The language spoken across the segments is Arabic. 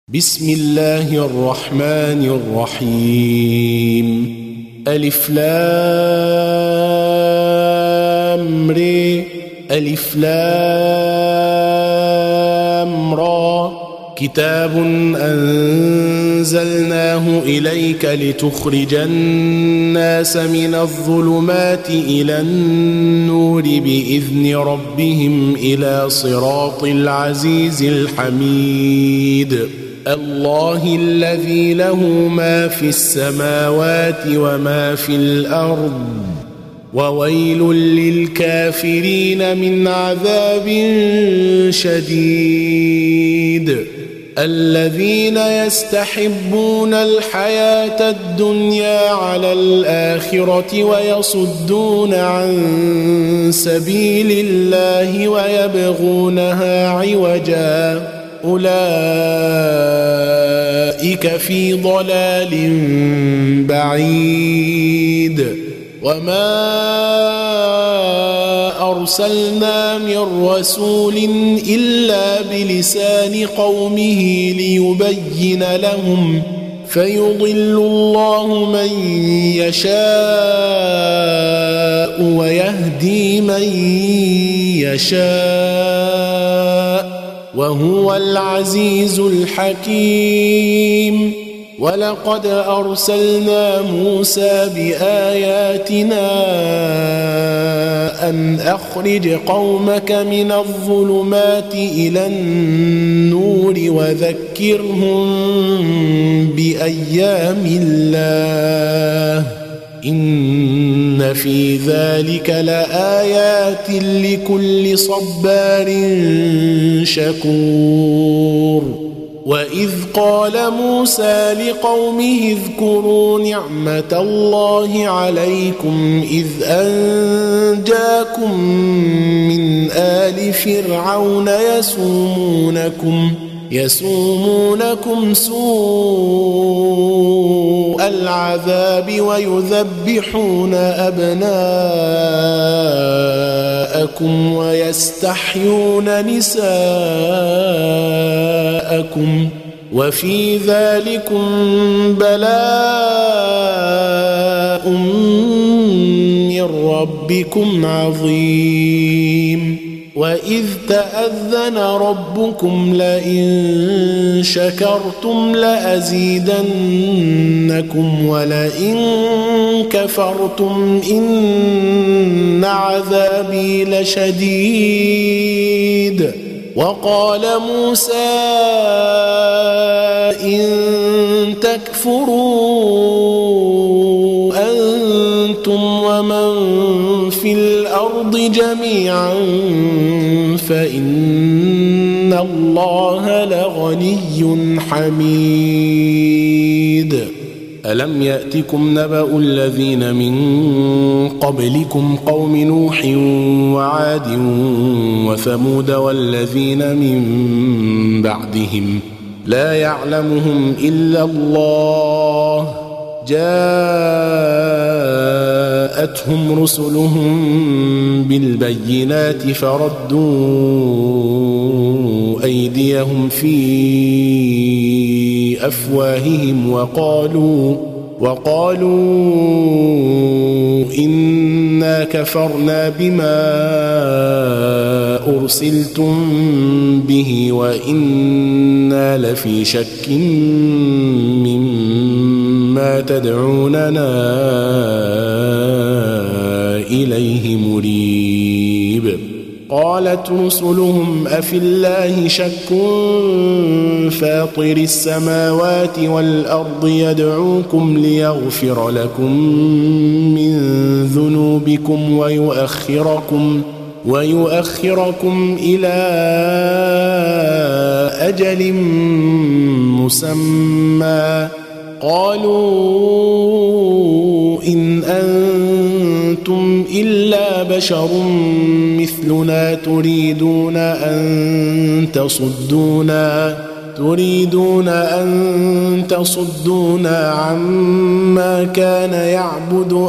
بسم الله الرحمن الرحيم ألف لام ر ألف لام را كتاب أنزلناه إليك لتخرج الناس من الظلمات إلى النور بإذن ربهم إلى صراط العزيز الحميد الله الذي له ما في السماوات وما في الأرض وويل للكافرين من عذاب شديد الذين يستحبون الحياة الدنيا على الآخرة ويصدون عن سبيل الله ويبغونها عوجا أولئك في ضلال بعيد وما أرسلنا من رسول إلا بلسان قومه ليبين لهم فيضل الله من يشاء ويهدي من يشاء وهو العزيز الحكيم ولقد أرسلنا موسى بآياتنا أن أخرج قومك من الظلمات إلى النور وذكرهم بأيام الله إن في ذلك لآيات لكل صبار شكور وإذ قال موسى لقومه اذكروا نعمة الله عليكم إذ أنجاكم من آل فرعون يسومونكم سوء العذاب ويذبحون أبناءكم ويستحيون نساءكم وفي ذلكم بلاء من ربكم عظيم وإذ تأذن ربكم لئن شكرتم لأزيدنكم ولئن كفرتم إن عذابي لشديد وقال موسى إن تكفروا أنتم ومن في الأرض جميعا فإن الله لغني حميد ألم يأتكم نبأ الذين من قبلكم قوم نوح وعاد وثمود والذين من بعدهم لا يعلمهم إلا الله جاءتهم رسلهم بالبينات فردوا أيديهم في أفواههم وقالوا إنا كفرنا بما أرسلتم به وإنا لفي شك مما تدعوننا إليه مريب قالت رسلهم أفي الله شك فاطر السماوات والأرض يدعوكم ليغفر لكم من ذنوبكم ويؤخركم إلى أجل مسمى قالوا إن أنتم إلا بشر مثلنا تريدون أن تصدونا عما كان يعبد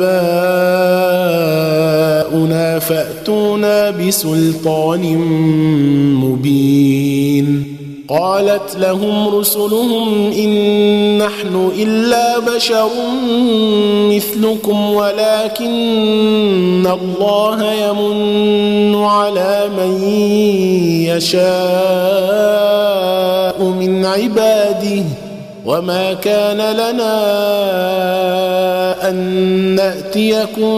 آباؤنا فأتونا بسلطان مبين قالت لهم رسلهم إن نحن إلا بشر مثلكم ولكن الله يمن على من يشاء من عباده وما كان لنا أن نأتيكم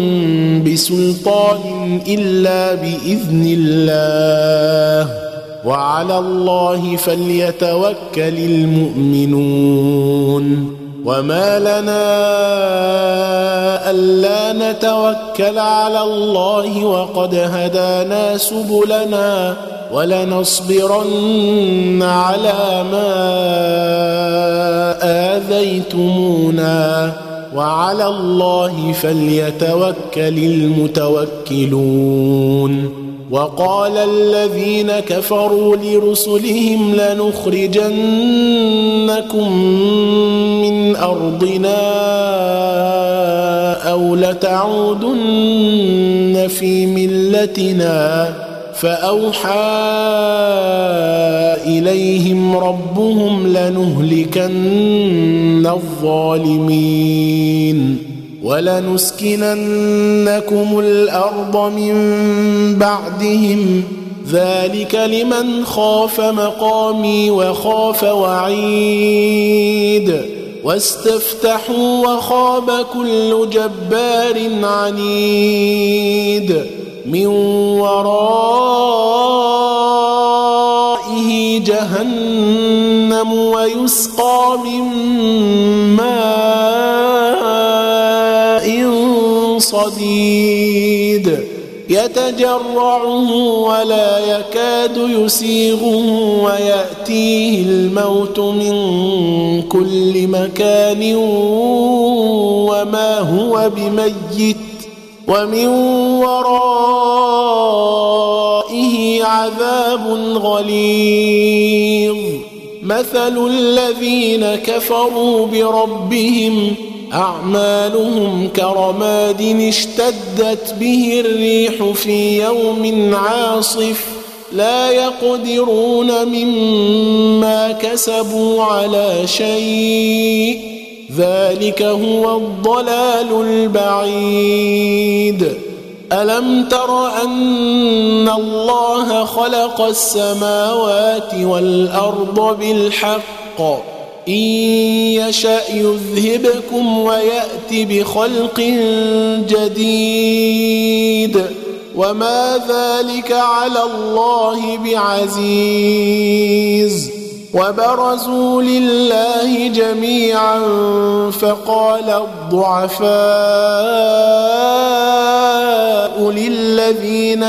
بسلطان إلا بإذن الله وعلى الله فليتوكل المؤمنون وما لنا ألا نتوكل على الله وقد هدانا سبلنا ولنصبرن على ما آذيتمونا وعلى الله فليتوكل المتوكلون وقال الذين كفروا لرسلهم لنخرجنكم من أرضنا أو لتعودن في ملتنا فأوحى إليهم ربهم لنهلكن الظالمين ولنسكننكم الأرض من بعدهم ذلك لمن خاف مقامي وخاف وعيد واستفتحوا وخاب كل جبار عنيد من ورائه جهنم ويسقى من ماء صديد يتجرعه ولا يكاد يسيغه ويأتيه الموت من كل مكان وما هو بميت ومن ورائه عذاب غليظ مثل الذين كفروا بربهم أعمالهم كرماد اشتدت به الريح في يوم عاصف لا يقدرون مما كسبوا على شيء ذلك هو الضلال البعيد ألم تر أن الله خلق السماوات والأرض بالحق إن يشأ يذهبكم ويأت بخلق جديد وما ذلك على الله بعزيز وبرزوا لله جميعا فقال الضعفاء للذين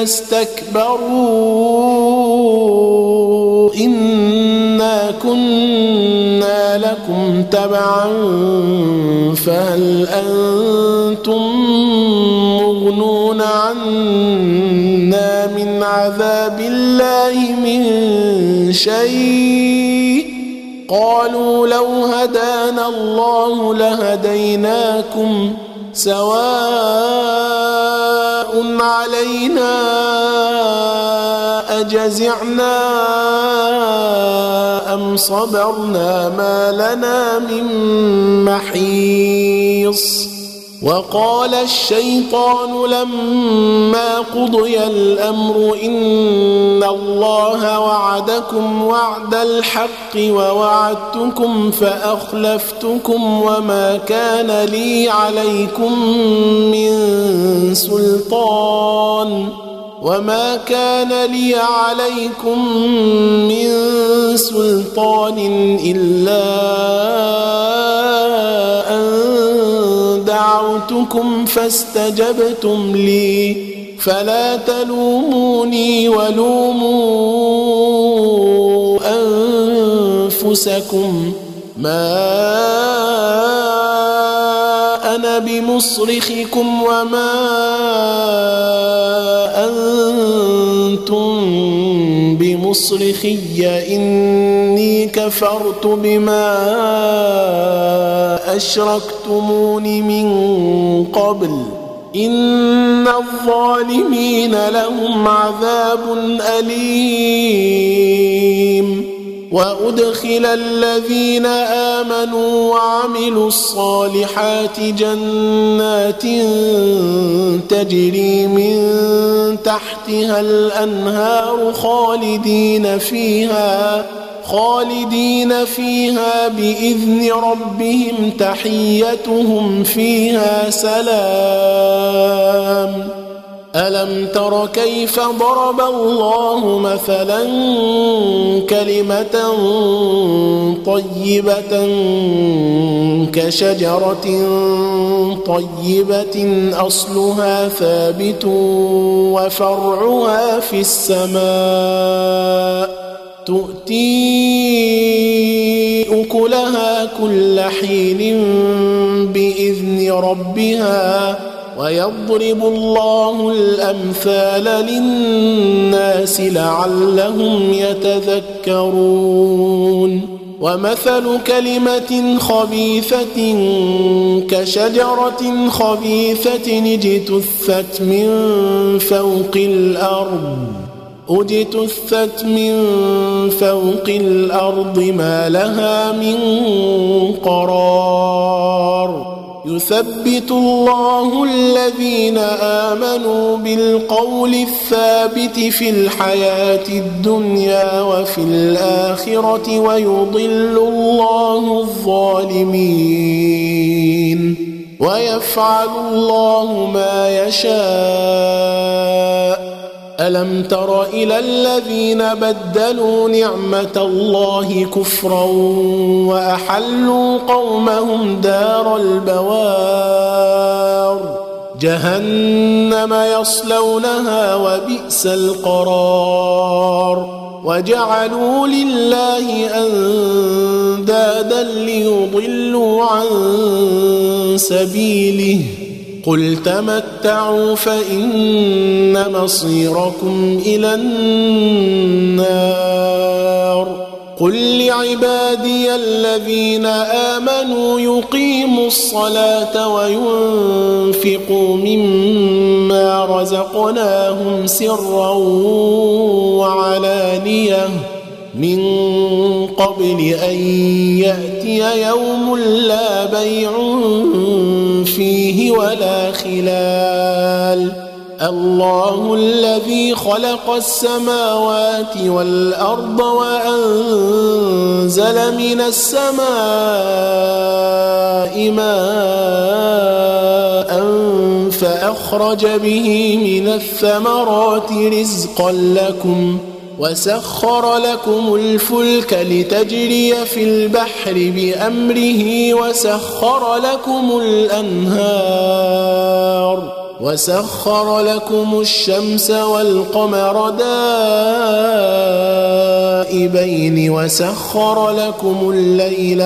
استكبروا إنا كنا لكم تبعا فهل أنتم مغنون عنا من عذاب الله من شيء قالوا لو هدانا الله لهديناكم سواء علينا أجزعنا أم صبرنا ما لنا من محيص وقال الشيطان لما قضي الأمر إن الله وعدكم وعد الحق ووعدتكم فأخلفتكم وما كان لي عليكم من سلطان إلا أن دعوتكم فاستجبتم لي فلا تلوموني ولوموا أنفسكم ما أنا بمصرخكم وما أنتم بمصرخي إني كفرت بما أشركتمون من قبل إن الظالمين لهم عذاب أليم وأدخل الذين آمنوا وعملوا الصالحات جنات تجري من تحتها الأنهار خالدين فيها بإذن ربهم تحيتهم فيها سلام. ألم تر كيف ضرب الله مثلا كلمة طيبة كشجرة طيبة أصلها ثابت وفرعها في السماء تؤتي أكلها كل حين بإذن ربها ويضرب الله الأمثال للناس لعلهم يتذكرون. ومثل كلمة خبيثة كشجرة خبيثة اجتثت من فوق الأرض ما لها من قرار. يثبت الله الذين آمنوا بالقول الثابت في الحياة الدنيا وفي الآخرة ويضل الله الظالمين ويفعل الله ما يشاء. ألم تر إلى الذين بدلوا نعمة الله كفرا وأحلوا قومهم دار البوار جهنم يصلونها وبئس القرار. وجعلوا لله أندادا ليضلوا عن سبيله قل تمتعوا فإن مصيركم إلى النار. قل لعبادي الذين آمنوا يقيموا الصلاة وينفقوا مما رزقناهم سرا وعلانية من قبل أن يأتي يوم لا بيع فيه ولا خلال. الله الذي خلق السماوات والأرض وأنزل من السماء ماء فأخرج به من الثمرات رزقا لكم وسخر لكم الفلك لتجري في البحر بأمره وسخر لكم الشمس والقمر دائبين وسخر لكم الليل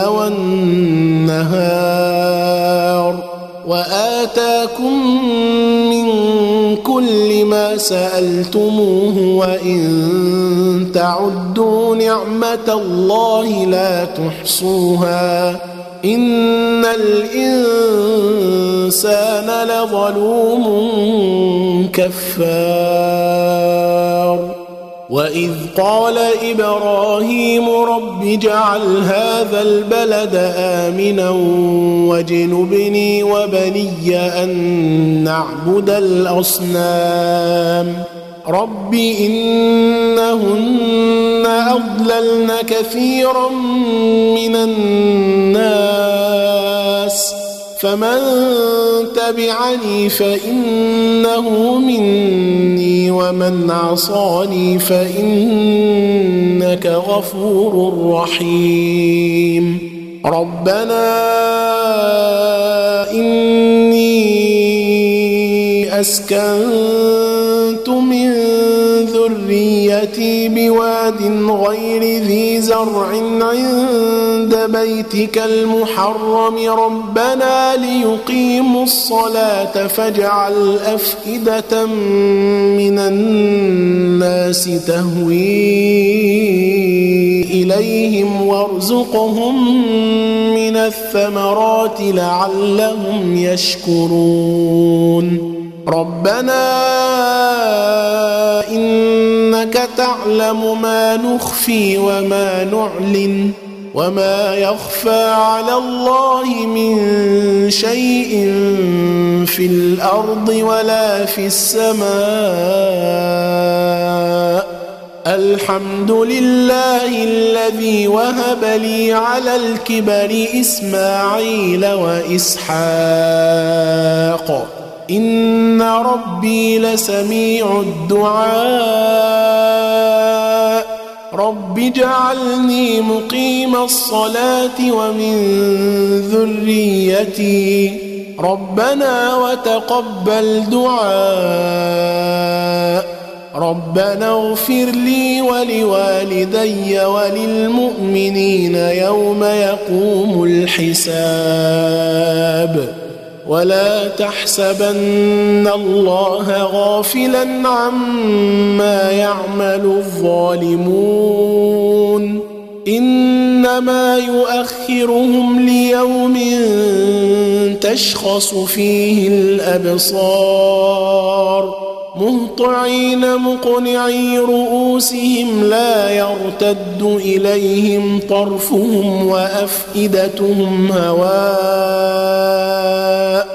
والنهار وآتاكم من كل ما سألتموه وإن تعدوا نعمة الله لا تحصوها إن الإنسان لظلوم كفار. وإذ قال إبراهيم رب اجعل هذا البلد آمنا واجنبني وبني أن نعبد الأصنام رب إنهن أضللن كثيرا من الناس فمن تبعني فإنه مني ومن عصاني فإنك غفور رحيم. ربنا إني أسكنت من ذريتي بواد غير ذي زرع عند بيتك المحرم ربنا ليقيموا الصلاة فاجعل أفئدة من الناس تهوي إليهم وارزقهم من الثمرات لعلهم يشكرون. ربنا إنك تعلم ما نخفي وما نعلن وما يخفى على الله من شيء في الأرض ولا في السماء الحمد لله الذي وهب لي على الكبر إسماعيل وإسحاق إن ربي لسميع الدعاء رب اجعلني مقيم الصلاة ومن ذريتي ربنا وتقبل دعاء ربنا اغفر لي ولوالدي وللمؤمنين يوم يقوم الحساب ولا تحسبن الله غافلا عما يعمل الظالمون إنما يؤخرهم ليوم تشخص فيه الأبصار مهطعين مقنعي رؤوسهم لا يرتد إليهم طرفهم وأفئدتهم هواء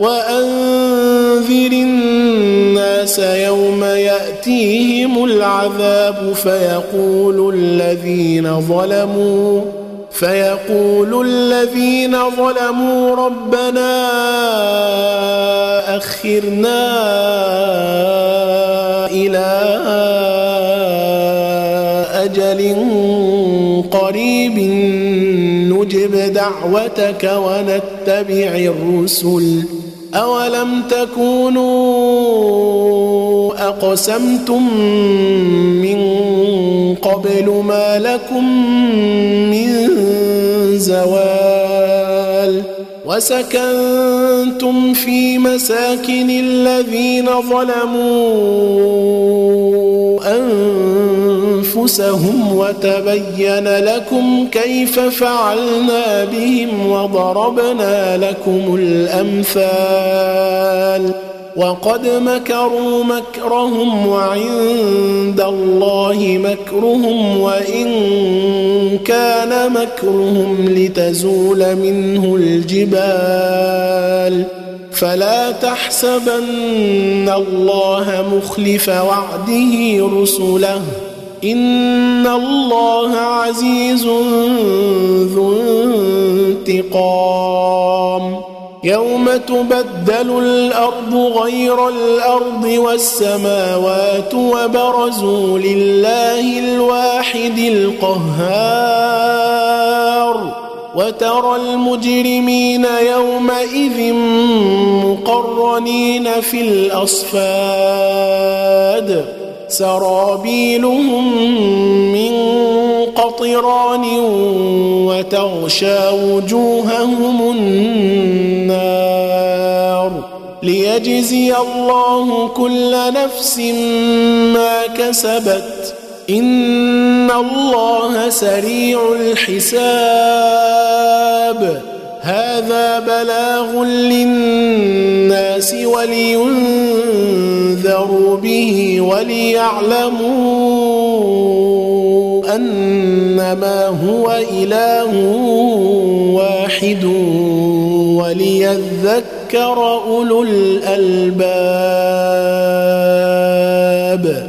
وأنذر الناس يوم يأتيهم العذاب فيقول الذين ظلموا ربنا أخرنا إلى أجل قريب نجب دعوتك ونتبع الرسل أولم تكونوا أقسمتم من قبل ما لكم من زوال وسكنتم في مساكن الذين ظلموا أنفسهم وتبين لكم كيف فعلنا بهم وضربنا لكم الأمثال وقد مكروا مكرهم وعند الله مكرهم وإن كان مكرهم لتزول منه الجبال فلا تحسبن الله مخلف وعده رسله إن الله عزيز ذو انتقام يوم تبدل الأرض غير الأرض والسماوات وبرزوا لله الواحد القهار وترى المجرمين يومئذ مقرنين في الأصفاد سرابيلهم من قطران وتغشى وجوههم النار ليجزي الله كل نفس ما كسبت إن الله سريع الحساب هذا بلاغ للناس ولينذروا به وليعلموا أنما هو إله واحد وليذكر أولو الألباب